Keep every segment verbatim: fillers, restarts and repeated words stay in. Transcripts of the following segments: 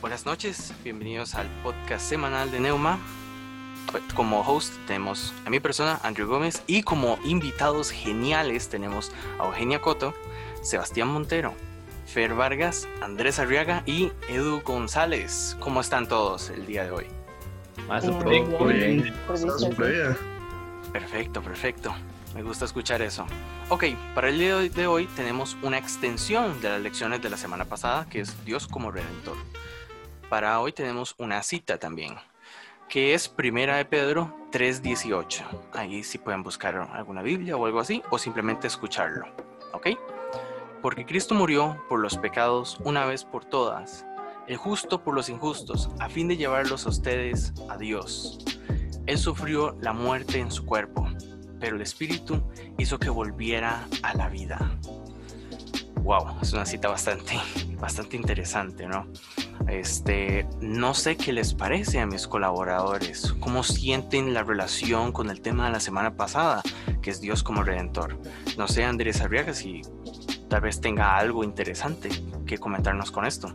Buenas noches, bienvenidos al podcast semanal de Neuma. Como host tenemos a mi persona, Andrew Gómez, y como invitados geniales tenemos a Eugenia Coto, Sebastián Montero, Fer Vargas, Andrés Arriaga y Edu González. ¿Cómo están todos el día de hoy? Ah, súper bien, muy bien. bien. Perfecto, perfecto. Me gusta escuchar eso. Ok, para el día de hoy tenemos una extensión de las lecciones de la semana pasada, que es Dios como Redentor. Para hoy tenemos una cita también, que es Primera de Pedro tres dieciocho. Ahí sí pueden buscar alguna Biblia o algo así, o simplemente escucharlo. ¿Ok? Porque Cristo murió por los pecados una vez por todas, el justo por los injustos, a fin de llevarlos a ustedes a Dios. Él sufrió la muerte en su cuerpo, pero el Espíritu hizo que volviera a la vida. Wow, es una cita bastante, bastante interesante, ¿no? Este, no sé qué les parece a mis colaboradores, cómo sienten la relación con el tema de la semana pasada, que es Dios como Redentor. No sé, Andrés Arriaga, si tal vez tenga algo interesante que comentarnos con esto.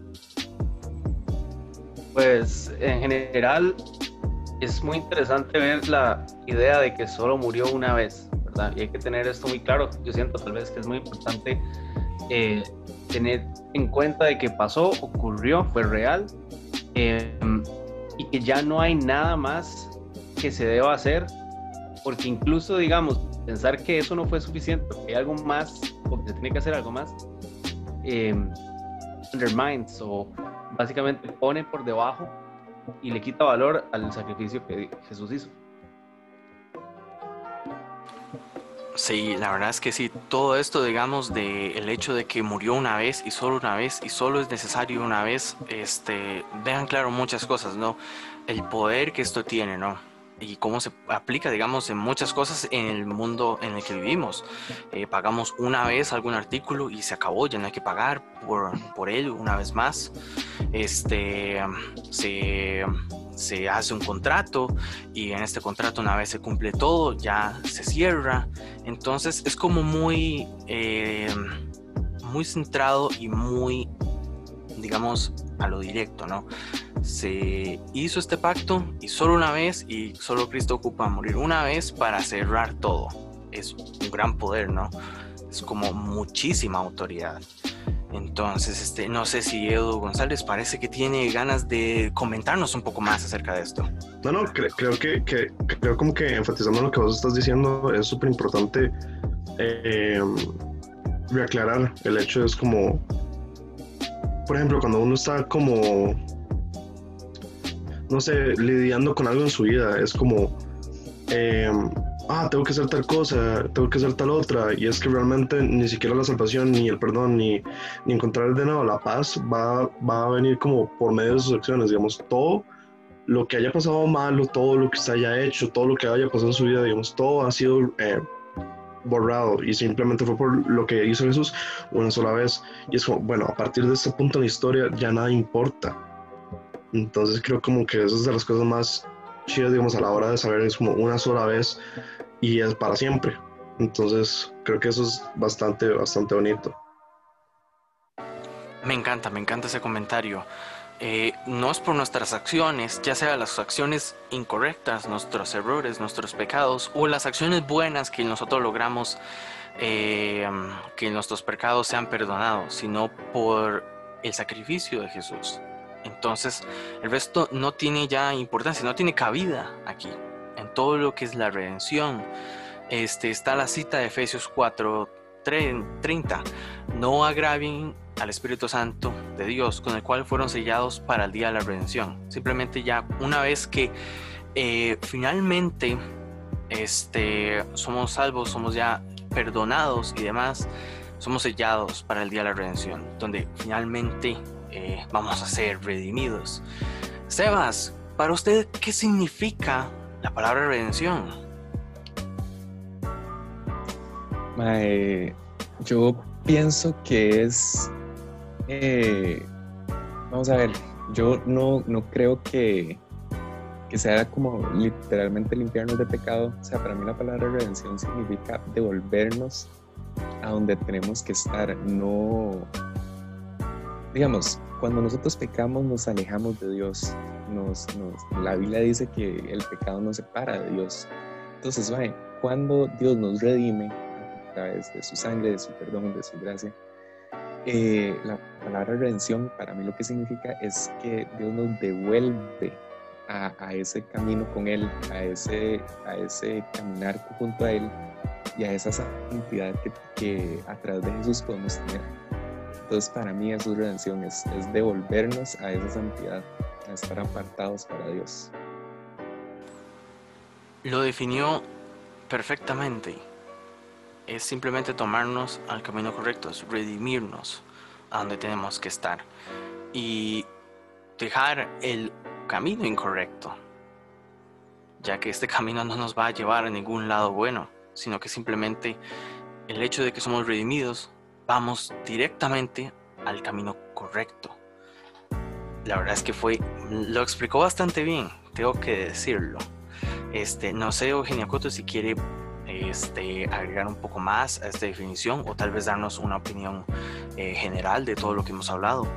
Pues en general es muy interesante ver la idea de que solo murió una vez, ¿verdad? Y hay que tener esto muy claro. Yo siento tal vez que es muy importante eh, tener en cuenta de que pasó, ocurrió, fue real, eh, y que ya no hay nada más que se deba hacer, porque incluso, digamos, pensar que eso no fue suficiente, que hay algo más, o que se tiene que hacer algo más, eh, undermines o básicamente pone por debajo y le quita valor al sacrificio que Jesús hizo. Sí, la verdad es que sí, todo esto, digamos, de el hecho de que murió una vez y solo una vez y solo es necesario una vez, este, dejan claro muchas cosas, ¿no? El poder que esto tiene, ¿no? Y cómo se aplica, digamos, en muchas cosas en el mundo en el que vivimos. Eh, pagamos una vez algún artículo y se acabó, ya no hay que pagar por, por él una vez más. Este, se, se hace un contrato y en este contrato una vez se cumple todo, ya se cierra. Entonces es como muy, eh, muy centrado y muy, digamos, a lo directo, ¿no? Se hizo este pacto y solo una vez, y solo Cristo ocupa morir una vez para cerrar todo. Es un gran poder, ¿no? Es como muchísima autoridad. Entonces, este, no sé si Edu González parece que tiene ganas de comentarnos un poco más acerca de esto. No, no, cre- creo que, que creo como que enfatizando lo que vos estás diciendo es súper importante eh, reaclarar el hecho. Es como, por ejemplo, cuando uno está como, no sé, lidiando con algo en su vida, es como, eh, ah, tengo que hacer tal cosa, tengo que hacer tal otra, y es que realmente ni siquiera la salvación, ni el perdón, ni, ni encontrar de nuevo la paz va, va a venir como por medio de sus acciones. Digamos, todo lo que haya pasado malo, todo lo que se haya hecho, todo lo que haya pasado en su vida, digamos, todo ha sido eh, borrado, y simplemente fue por lo que hizo Jesús una sola vez. Y es como, bueno, a partir de este punto en la historia ya nada importa. Entonces creo como que eso es de las cosas más chidas, digamos, a la hora de saber, es como una sola vez y es para siempre. Entonces creo que eso es bastante, bastante bonito. Me encanta, me encanta ese comentario. Eh, no es por nuestras acciones, ya sea las acciones incorrectas, nuestros errores, nuestros pecados, o las acciones buenas que nosotros logramos eh, que nuestros pecados sean perdonados, sino por el sacrificio de Jesús. Entonces, el resto no tiene ya importancia, no tiene cabida aquí, en todo lo que es la redención. Este, está la cita de Efesios cuatro treinta: no agravien al Espíritu Santo de Dios, con el cual fueron sellados para el día de la redención. Simplemente ya una vez que eh, finalmente este, somos salvos, somos ya perdonados y demás, somos sellados para el día de la redención, donde finalmente eh, vamos a ser redimidos. Sebas, para usted, ¿qué significa la palabra redención? Mae, yo pienso que es, eh, vamos a ver, yo no, no creo que, que sea como literalmente limpiarnos de pecado. O sea, para mí la palabra redención significa devolvernos a donde tenemos que estar, no, digamos, cuando nosotros pecamos nos alejamos de Dios. Nos, nos, la Biblia dice que el pecado nos separa de Dios. Entonces, ¿vale? Cuando Dios nos redime a través de su sangre, de su perdón, de su gracia, eh, la palabra redención para mí lo que significa es que Dios nos devuelve a, a ese camino con Él, a ese, a ese caminar junto a Él y a esa santidad que, que a través de Jesús podemos tener. Entonces, para mí eso es redención, es, es devolvernos a esa santidad, a estar apartados para Dios. Lo definió perfectamente. Es simplemente tomarnos al camino correcto, es redimirnos a donde tenemos que estar y dejar el camino incorrecto, ya que este camino no nos va a llevar a ningún lado bueno, sino que simplemente el hecho de que somos redimidos, vamos directamente al camino correcto. La verdad es que fue, lo explicó bastante bien, tengo que decirlo. Este, no sé, Eugenia Coto, si quiere este, agregar un poco más a esta definición o tal vez darnos una opinión eh, general de todo lo que hemos hablado.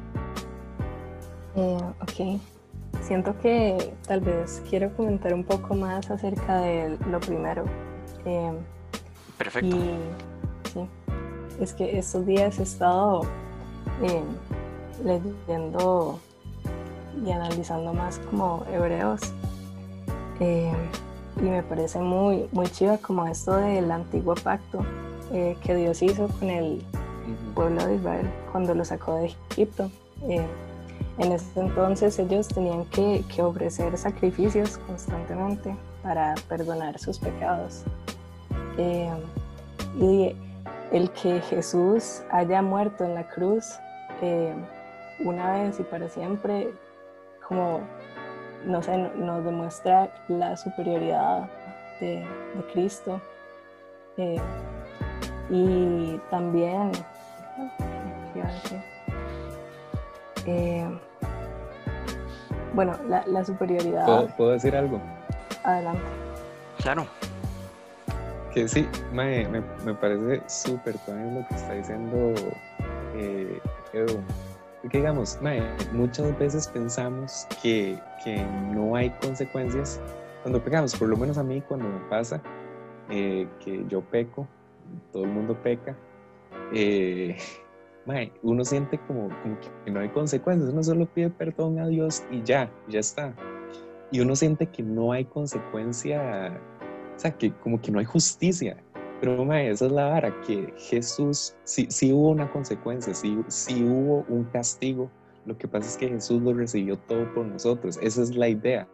Eh, ok, siento que tal vez quiero comentar un poco más acerca de lo primero. Eh, Perfecto. Y sí, es que estos días he estado eh, leyendo y analizando más como Hebreos. Eh, y me parece muy, muy chiva como esto del antiguo pacto eh, que Dios hizo con el pueblo de Israel cuando lo sacó de Egipto. Eh, en ese entonces ellos tenían que, que ofrecer sacrificios constantemente para perdonar sus pecados. Eh, y el que Jesús haya muerto en la cruz eh, una vez y para siempre, como no sé, nos demuestra la superioridad de, de Cristo. Eh, y también, ¿qué iba a decir? Eh, bueno, la, la superioridad. ¿Puedo, ¿Puedo decir algo? Adelante. Claro. Que sí, me, me, me parece súper también lo que está diciendo eh, Edu. Porque digamos, mae, muchas veces pensamos que, que no hay consecuencias cuando pecamos. Por lo menos a mí cuando me pasa eh, que yo peco, todo el mundo peca, eh, mae, uno siente como, como que no hay consecuencias. Uno solo pide perdón a Dios y ya, ya está. Y uno siente que no hay consecuencia, o sea, que como que no hay justicia. Pero mae, esa es la vara, que Jesús, sí, sí hubo una consecuencia, sí, sí hubo un castigo. Lo que pasa es que Jesús lo recibió todo por nosotros. Esa es la idea.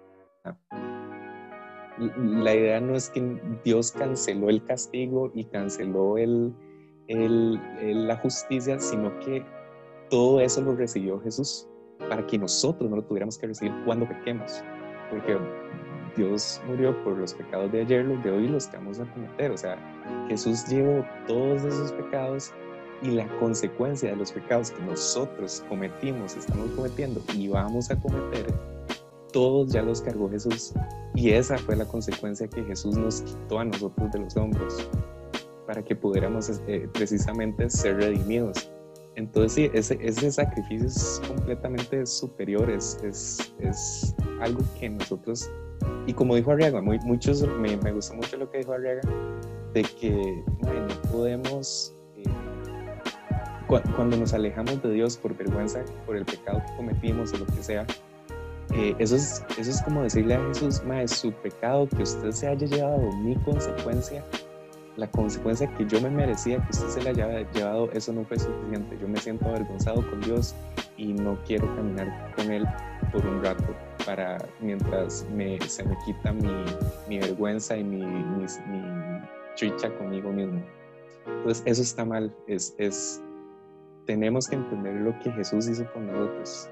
La idea no es que Dios canceló el castigo y canceló el, el, el, la justicia, sino que todo eso lo recibió Jesús para que nosotros no lo tuviéramos que recibir cuando pequemos. Porque Dios murió por los pecados de ayer, los de hoy y los que vamos a cometer. O sea, Jesús llevó todos esos pecados y la consecuencia de los pecados que nosotros cometimos, estamos cometiendo y vamos a cometer, todos ya los cargó Jesús. Y esa fue la consecuencia que Jesús nos quitó a nosotros de los hombros para que pudiéramos eh, precisamente ser redimidos. Entonces sí, ese, ese sacrificio es completamente superior, es, es, es algo que nosotros... Y como dijo Arriaga, muy, muchos, me, me gustó mucho lo que dijo Arriaga, de que bueno, no podemos, eh, cu- cuando nos alejamos de Dios por vergüenza, por el pecado que cometimos o lo que sea, eh, eso, es, eso es como decirle a Jesús, mae, su pecado, que usted se haya llevado mi consecuencia, la consecuencia que yo me merecía que usted se la haya llevado, eso no fue suficiente. Yo me siento avergonzado con Dios y no quiero caminar con Él por un rato para mientras me, se me quita mi, mi vergüenza y mi, mi, mi chicha conmigo mismo. Entonces eso está mal. Es, es, tenemos que entender lo que Jesús hizo con nosotros.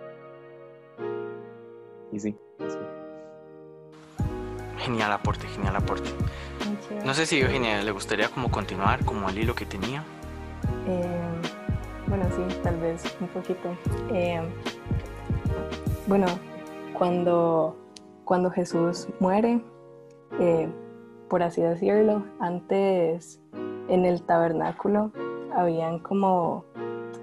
Y sí, eso. Genial aporte, genial aporte. No sé si Eugenia le gustaría como continuar como el hilo que tenía. Eh, bueno, sí, tal vez un poquito. Eh, bueno, cuando, cuando Jesús muere, eh, por así decirlo, antes en el tabernáculo habían como,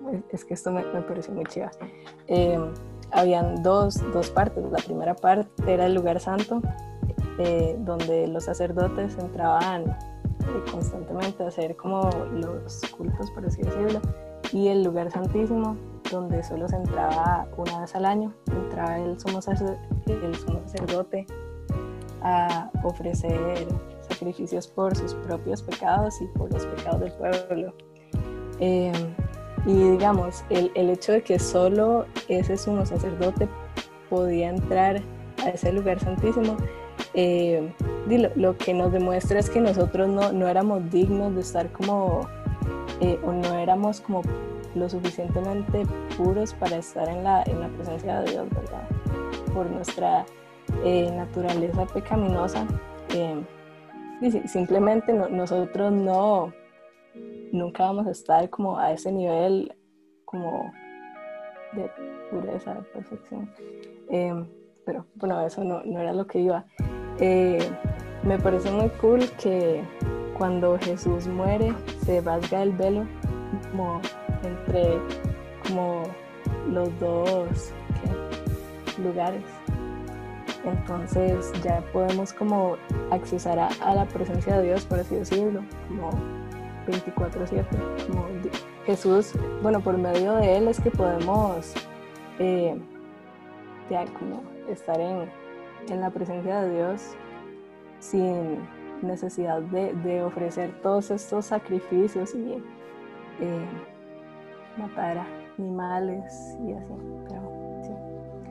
es que esto me, me pareció muy chiva. Eh, habían dos, dos partes. La primera parte era el lugar santo, eh, donde los sacerdotes entraban eh, constantemente a hacer como los cultos, por así decirlo, y el lugar santísimo, donde solo se entraba una vez al año. Entraba el sumo sacerdote, el sumo sacerdote a ofrecer sacrificios por sus propios pecados y por los pecados del pueblo. Eh, y digamos, el, el hecho de que solo ese sumo sacerdote podía entrar a ese lugar santísimo, eh, lo, lo que nos demuestra es que nosotros no, no éramos dignos de estar como, eh, o no éramos como lo suficientemente puros para estar en la, en la presencia de Dios, ¿verdad? Por nuestra eh, naturaleza pecaminosa. Eh, simplemente no, nosotros no nunca vamos a estar como a ese nivel como de pureza, de perfección, eh, pero bueno, eso no, no era lo que iba. Eh, me parece muy cool que cuando Jesús muere se rasga el velo como entre como los dos ¿qué? lugares. Entonces ya podemos como accesar a, a la presencia de Dios, por así decirlo, como veinticuatro siete. Como Jesús, bueno, por medio de Él es que podemos eh, ya como estar en, en la presencia de Dios sin necesidad de, de ofrecer todos estos sacrificios y eh, matar animales y así, pero sí.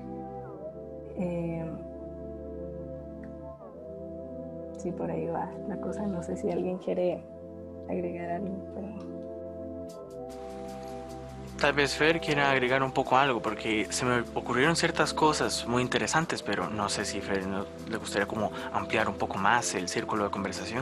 Eh, sí, por ahí va la cosa. No sé si alguien quiere agregar algo, pero... Tal vez Fer quiera agregar un poco algo, porque se me ocurrieron ciertas cosas muy interesantes, pero no sé si Fer no, le gustaría como ampliar un poco más el círculo de conversación.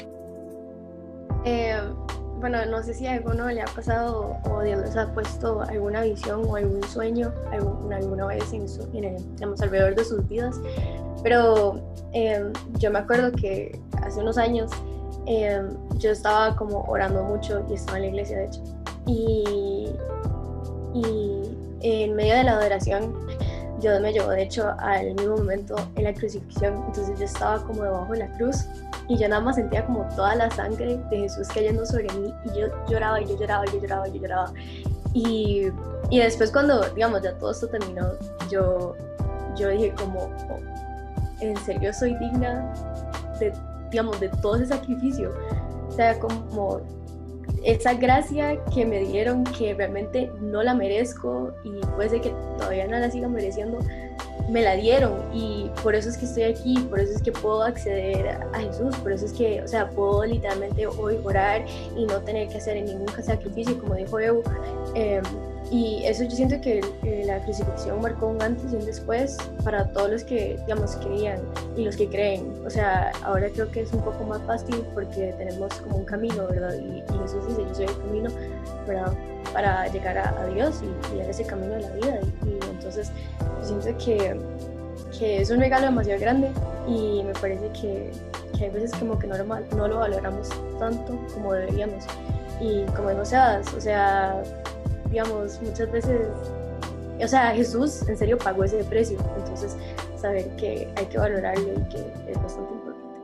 Eh, bueno, no sé si a alguno le ha pasado o Dios les ha puesto alguna visión o algún sueño algún, alguna vez en su, en el, digamos, alrededor de sus vidas, pero eh, yo me acuerdo que hace unos años eh, yo estaba como orando mucho y estaba en la iglesia, de hecho, y, y en medio de la adoración Dios me llevó de hecho al mismo momento en la crucifixión. Entonces yo estaba como debajo de la cruz y yo nada más sentía como toda la sangre de Jesús cayendo sobre mí, y yo lloraba y yo lloraba y yo lloraba y yo lloraba y, y después cuando, digamos, ya todo esto terminó, yo, yo dije como, oh, ¿en serio soy digna de, digamos, de todo ese sacrificio? O sea, como esa gracia que me dieron, que realmente no la merezco y puede ser que todavía no la siga mereciendo, me la dieron, y por eso es que estoy aquí, por eso es que puedo acceder a Jesús, por eso es que, o sea, puedo literalmente hoy orar y no tener que hacer ningún sacrificio, como dijo Evo. Eh, y eso yo siento que eh, la crucifixión marcó un antes y un después para todos los que, digamos, creían y los que creen. O sea, ahora creo que es un poco más fácil porque tenemos como un camino, ¿verdad? Y, y Jesús dice, yo soy el camino, ¿verdad?, para llegar a, a Dios y, y a ese camino de la vida. Y, y entonces yo siento que, que es un regalo demasiado grande, y me parece que, que hay veces como que no lo, no lo valoramos tanto como deberíamos. Y como demasiadas, o sea, digamos, muchas veces, o sea, Jesús en serio pagó ese precio, entonces saber que hay que valorarlo y que es bastante importante.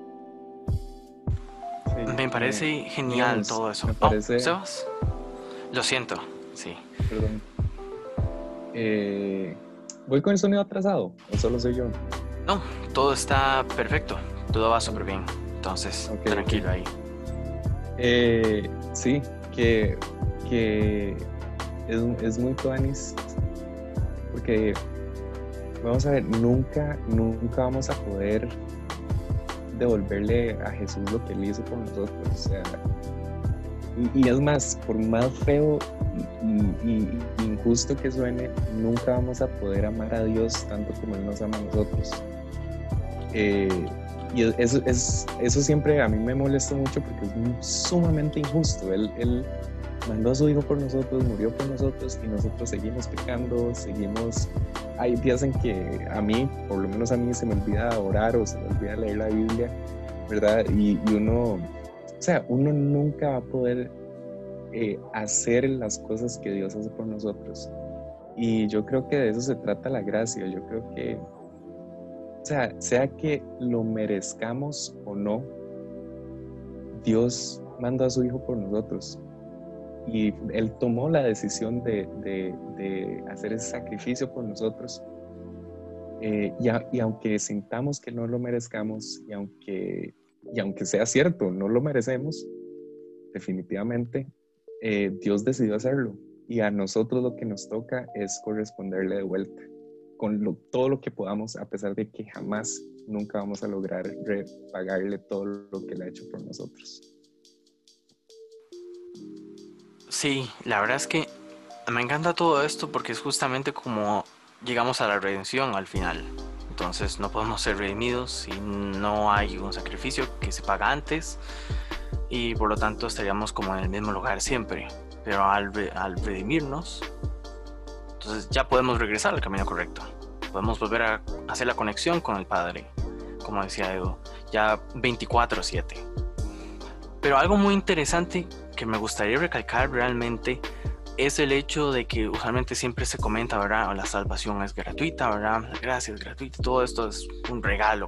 Sí, me parece me, genial digamos, todo eso. Me parece... Oh, ¿Sebas? Lo siento, sí. Perdón. Eh, ¿Voy con el sonido atrasado o solo soy yo? No, todo está perfecto, todo va súper bien, entonces okay, tranquilo okay. ahí. Eh, sí, que, que es, es muy tuanis, porque vamos a ver, nunca, nunca vamos a poder devolverle a Jesús lo que Él hizo por nosotros, o sea, y, y es más, por más feo y, y, y injusto que suene, nunca vamos a poder amar a Dios tanto como Él nos ama a nosotros. Eh, y eso, es, eso siempre a mí me molesta mucho porque es sumamente injusto. Él, él mandó a su hijo por nosotros, murió por nosotros, y nosotros seguimos pecando, seguimos... Hay días en que a mí, por lo menos a mí, se me olvida orar o se me olvida leer la Biblia, ¿verdad? Y, y uno, o sea, uno nunca va a poder eh, hacer las cosas que Dios hace por nosotros. Y yo creo que de eso se trata la gracia. Yo creo que, o sea, sea que lo merezcamos o no, Dios mandó a su Hijo por nosotros. Y Él tomó la decisión de, de, de hacer ese sacrificio por nosotros. Eh, y, a, y aunque sintamos que no lo merezcamos, y aunque, y aunque sea cierto, no lo merecemos, definitivamente eh, Dios decidió hacerlo. Y a nosotros lo que nos toca es corresponderle de vuelta con lo, todo lo que podamos, a pesar de que jamás, nunca vamos a lograr pagarle todo lo que Él ha hecho por nosotros. Sí, la verdad es que me encanta todo esto porque es justamente como llegamos a la redención al final. Entonces no podemos ser redimidos si no hay un sacrificio que se paga antes, y por lo tanto estaríamos como en el mismo lugar siempre. Pero al, al redimirnos, entonces ya podemos regresar al camino correcto. Podemos volver a hacer la conexión con el Padre, como decía Edo, ya veinticuatro siete. Pero algo muy interesante que me gustaría recalcar realmente es el hecho de que usualmente siempre se comenta, ¿verdad? La salvación es gratuita, ¿verdad? La gracia es gratuita, todo esto es un regalo.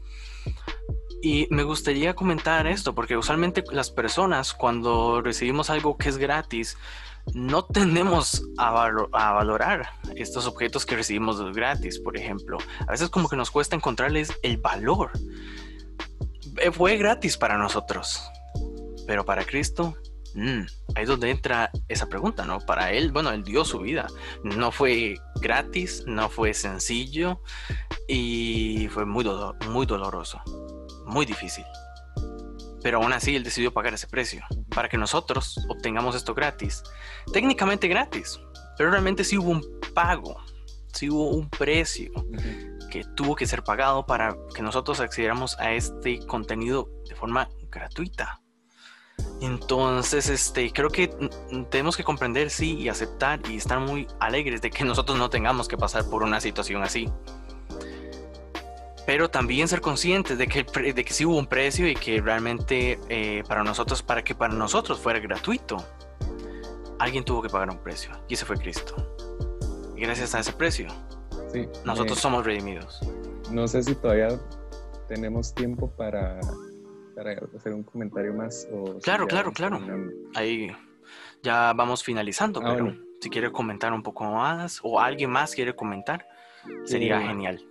Y me gustaría comentar esto porque usualmente las personas, cuando recibimos algo que es gratis, no tendemos a, valo- a valorar estos objetos que recibimos gratis. Por ejemplo, a veces como que nos cuesta encontrarles el valor. Eh, Fue gratis para nosotros, pero para Cristo, mmm, ahí es donde entra esa pregunta, ¿no? Para Él, bueno, Él dio su vida. No fue gratis, no fue sencillo y fue muy, do- muy doloroso. Muy difícil, pero aún así Él decidió pagar ese precio para que nosotros obtengamos esto gratis, técnicamente gratis, pero realmente sí hubo un pago, sí hubo un precio que tuvo que ser pagado para que nosotros accediéramos a este contenido de forma gratuita. Entonces, este, creo que tenemos que comprender, sí, y aceptar y estar muy alegres de que nosotros no tengamos que pasar por una situación así. Pero también ser conscientes de que, de que sí hubo un precio y que realmente eh, para nosotros, para que para nosotros fuera gratuito, alguien tuvo que pagar un precio, y ese fue Cristo. Y gracias a ese precio, sí, nosotros eh, somos redimidos. No sé si todavía tenemos tiempo para, para hacer un comentario más. O Claro, si claro, claro. Terminando. Ahí ya vamos finalizando, Ah, pero bueno. si quiere comentar un poco más o alguien más quiere comentar, sería Eh, genial.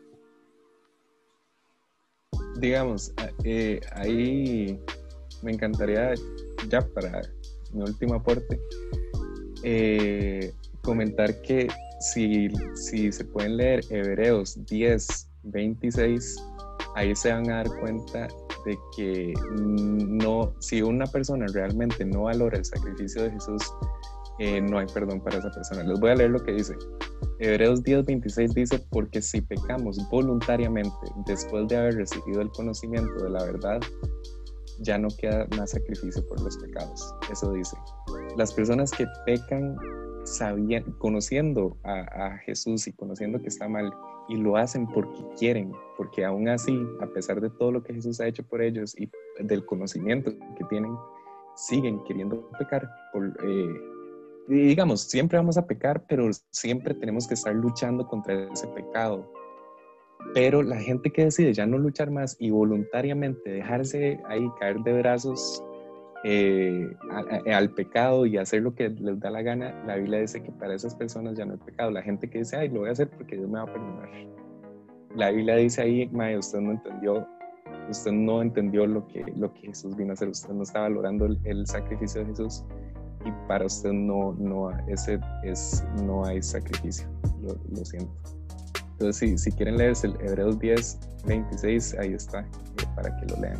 Digamos, eh, ahí me encantaría, ya para mi último aporte, eh, comentar que si, si se pueden leer Hebreos diez veintiséis, ahí se van a dar cuenta de que no, si una persona realmente no valora el sacrificio de Jesús, eh, no hay perdón para esa persona. Les voy a leer lo que dice. Hebreos diez veintiséis dice: porque si pecamos voluntariamente después de haber recibido el conocimiento de la verdad, ya no queda más sacrificio por los pecados. Eso dice. Las personas que pecan sabiendo, conociendo a, a Jesús y conociendo que está mal, y lo hacen porque quieren, porque aún así, a pesar de todo lo que Jesús ha hecho por ellos y del conocimiento que tienen, siguen queriendo pecar. Por, eh, digamos, siempre vamos a pecar, pero siempre tenemos que estar luchando contra ese pecado. Pero la gente que decide ya no luchar más y voluntariamente dejarse ahí caer de brazos eh, a, a, al pecado y hacer lo que les da la gana, la Biblia dice que para esas personas ya no hay pecado. La gente que dice, ay, lo voy a hacer porque Dios me va a perdonar, la Biblia dice ahí, mae, usted no entendió usted no entendió lo que, lo que Jesús vino a hacer. Usted no está valorando el, el sacrificio de Jesús, y para usted no, no, ese es, no hay sacrificio. Lo, lo siento. Entonces, si, si quieren leer el Hebreos diez veintiséis, ahí está, eh, para que lo lean.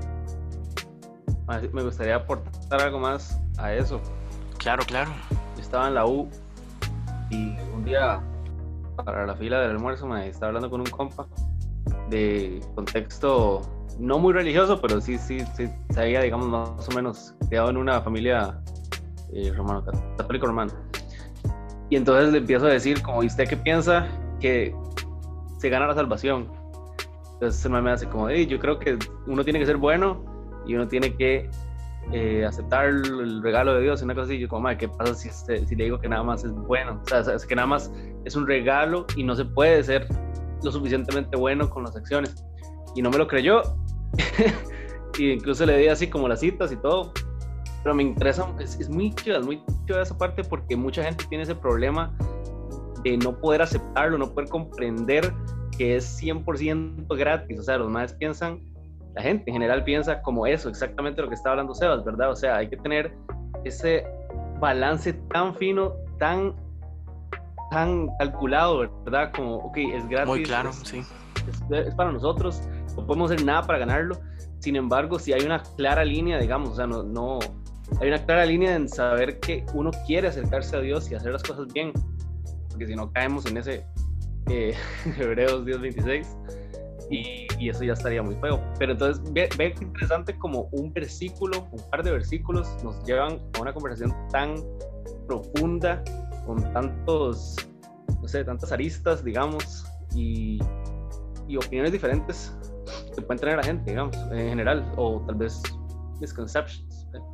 Me gustaría aportar algo más a eso. Claro, claro. Yo estaba en la U y un día, para la fila del almuerzo, me estaba hablando con un compa de contexto no muy religioso, pero sí, sí, sí sabía, digamos, más o menos criado en una familia eh, romano, católico romano. Y entonces le empiezo a decir, como, ¿y usted qué piensa que se gana la salvación? Entonces el man me hace como, hey, yo creo que uno tiene que ser bueno y uno tiene que eh, aceptar el regalo de Dios, una cosa así. Yo como, madre, ¿qué pasa si, este, si le digo que nada más es bueno? O sea, es que nada más es un regalo y no se puede ser lo suficientemente bueno con las acciones. Y no me lo creyó. Y incluso le di así como las citas y todo. Pero me interesa, es, es muy chida, es muy chida esa parte, porque mucha gente tiene ese problema de no poder aceptarlo, no poder comprender que es cien por ciento gratis. O sea, los más piensan, la gente en general piensa como eso, exactamente lo que está hablando Sebas, ¿verdad? O sea, hay que tener ese balance tan fino, tan, tan calculado, ¿verdad? Como, ok, es gratis. Muy claro, es, sí. Es, es para nosotros, no podemos hacer nada para ganarlo. Sin embargo, si hay una clara línea, digamos, o sea, no, no hay una clara línea en saber que uno quiere acercarse a Dios y hacer las cosas bien, porque si no caemos en ese eh, Hebreos diez veintiséis y, y eso ya estaría muy feo. Pero entonces ve, ve que interesante como un versículo, un par de versículos nos llevan a una conversación tan profunda, con tantos, no sé, tantas aristas, digamos, y, y opiniones diferentes que pueden tener la gente, digamos, en general, o tal vez misconceptions. ¿eh?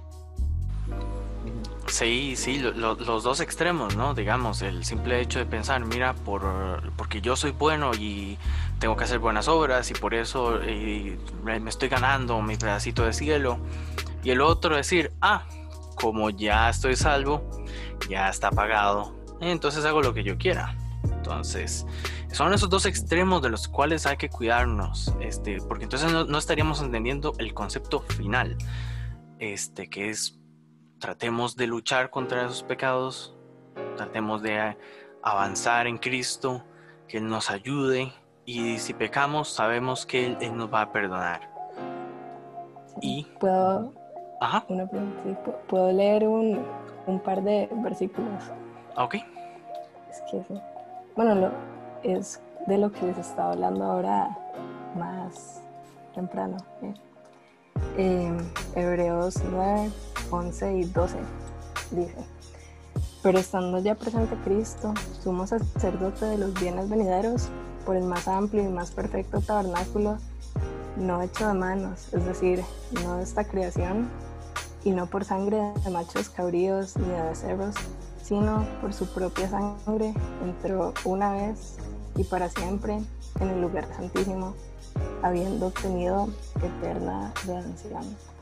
Sí, sí, lo, lo, los dos extremos, ¿no? Digamos, el simple hecho de pensar, mira, por, porque yo soy bueno y tengo que hacer buenas obras y por eso eh, me estoy ganando mi pedacito de cielo. Y el otro decir, ah, como ya estoy salvo, ya está pagado, entonces hago lo que yo quiera. Entonces, son esos dos extremos de los cuales hay que cuidarnos, este, porque entonces no, no estaríamos entendiendo el concepto final, este, que es, tratemos de luchar contra esos pecados, tratemos de avanzar en Cristo, que Él nos ayude, y si pecamos, sabemos que Él, Él nos va a perdonar. Y... ¿Puedo, Ajá. una pregunta, sí, ¿puedo leer un, un par de versículos? Ok. Es que sí. Bueno, lo, es de lo que les estaba hablando ahora más temprano. ¿eh? Eh, Hebreos nueve, once y doce dice: pero estando ya presente Cristo, sumo sacerdote de los bienes venideros, por el más amplio y más perfecto tabernáculo, no hecho de manos, es decir, no de esta creación, y no por sangre de machos cabríos ni de becerros, sino por su propia sangre, entró una vez y para siempre en el lugar santísimo, habiendo obtenido eterna redención.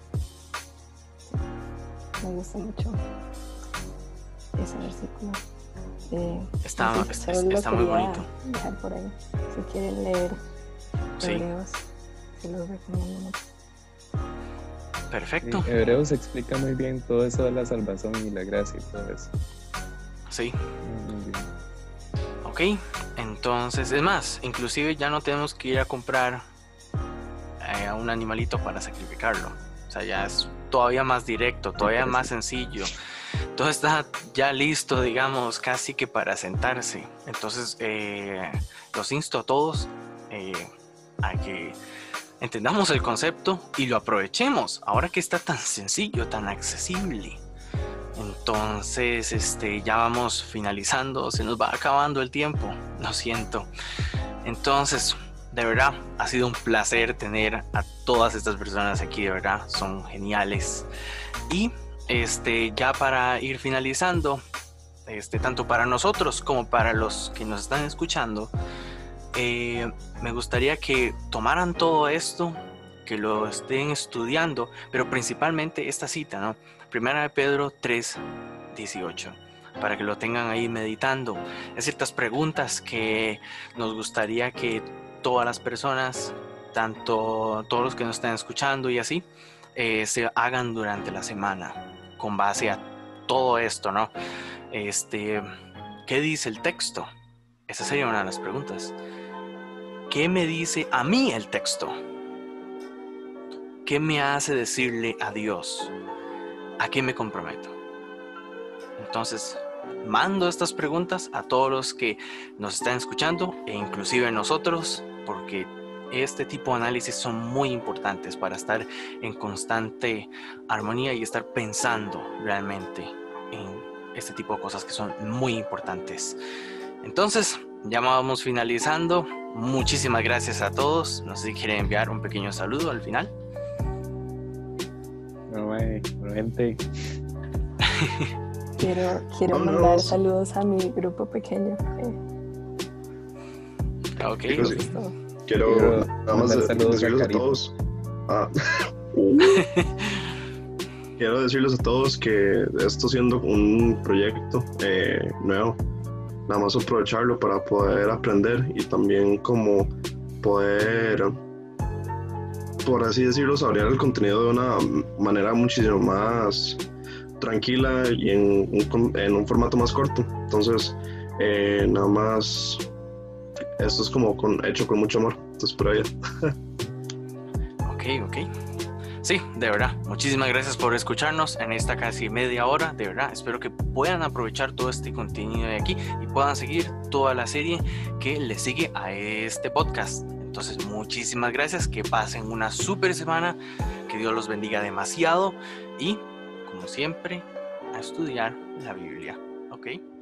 Me gusta mucho ese versículo. Eh, está sí, está, está muy bonito. Dejar por ahí. Si quieren leer sí. Hebreos, se los recomiendo mucho. Perfecto. Sí, Hebreos explica muy bien todo eso de la salvación y la gracia y todo eso. Sí. Muy bien. Ok, entonces, es más, inclusive ya no tenemos que ir a comprar eh, a un animalito para sacrificarlo. O sea, ya es todavía más directo, todavía más sencillo. Todo está ya listo, digamos, casi que para sentarse. Entonces, eh, los insto a todos eh, a que entendamos el concepto y lo aprovechemos, ahora que está tan sencillo, tan accesible. Entonces, este, ya vamos finalizando, se nos va acabando el tiempo, lo siento. Entonces, de verdad, ha sido un placer tener a todas estas personas aquí, de verdad, son geniales. Y este, ya para ir finalizando, este, tanto para nosotros como para los que nos están escuchando, eh, me gustaría que tomaran todo esto, que lo estén estudiando, pero principalmente esta cita, ¿no? Primera de Pedro tres dieciocho, para que lo tengan ahí meditando. Hay ciertas preguntas que nos gustaría que todas las personas, tanto todos los que nos están escuchando y así, eh, se hagan durante la semana, con base a todo esto, ¿no? Este, ¿qué dice el texto? Esa sería una de las preguntas. ¿Qué me dice a mí el texto? ¿Qué me hace decirle a Dios? ¿A qué me comprometo? Entonces, mando estas preguntas a todos los que nos están escuchando e inclusive a nosotros, porque este tipo de análisis son muy importantes para estar en constante armonía y estar pensando realmente en este tipo de cosas que son muy importantes. Entonces, ya vamos finalizando. Muchísimas gracias a todos. No sé si quieren enviar un pequeño saludo al final. No, mae, bueno, gente. Quiero, quiero Vámonos. mandar saludos a mi grupo pequeño. eh, Ok. Chicos, sí. esto. Quiero Quiero nada más mandar de- saludos a decirles a, Carito. todos. Ah. Quiero decirles a todos que esto siendo un proyecto eh, nuevo, nada más aprovecharlo para poder aprender y también como poder, por así decirlo, saborear el contenido de una manera muchísimo más tranquila y en un, con- en un formato más corto. Entonces, eh, nada más, esto es como con, hecho con mucho amor. Entonces, por ahí. Ok, ok. Sí, de verdad. Muchísimas gracias por escucharnos en esta casi media hora. De verdad, espero que puedan aprovechar todo este contenido de aquí y puedan seguir toda la serie que le sigue a este podcast. Entonces, muchísimas gracias. Que pasen una súper semana. Que Dios los bendiga demasiado. Y, como siempre, a estudiar la Biblia. ¿Ok?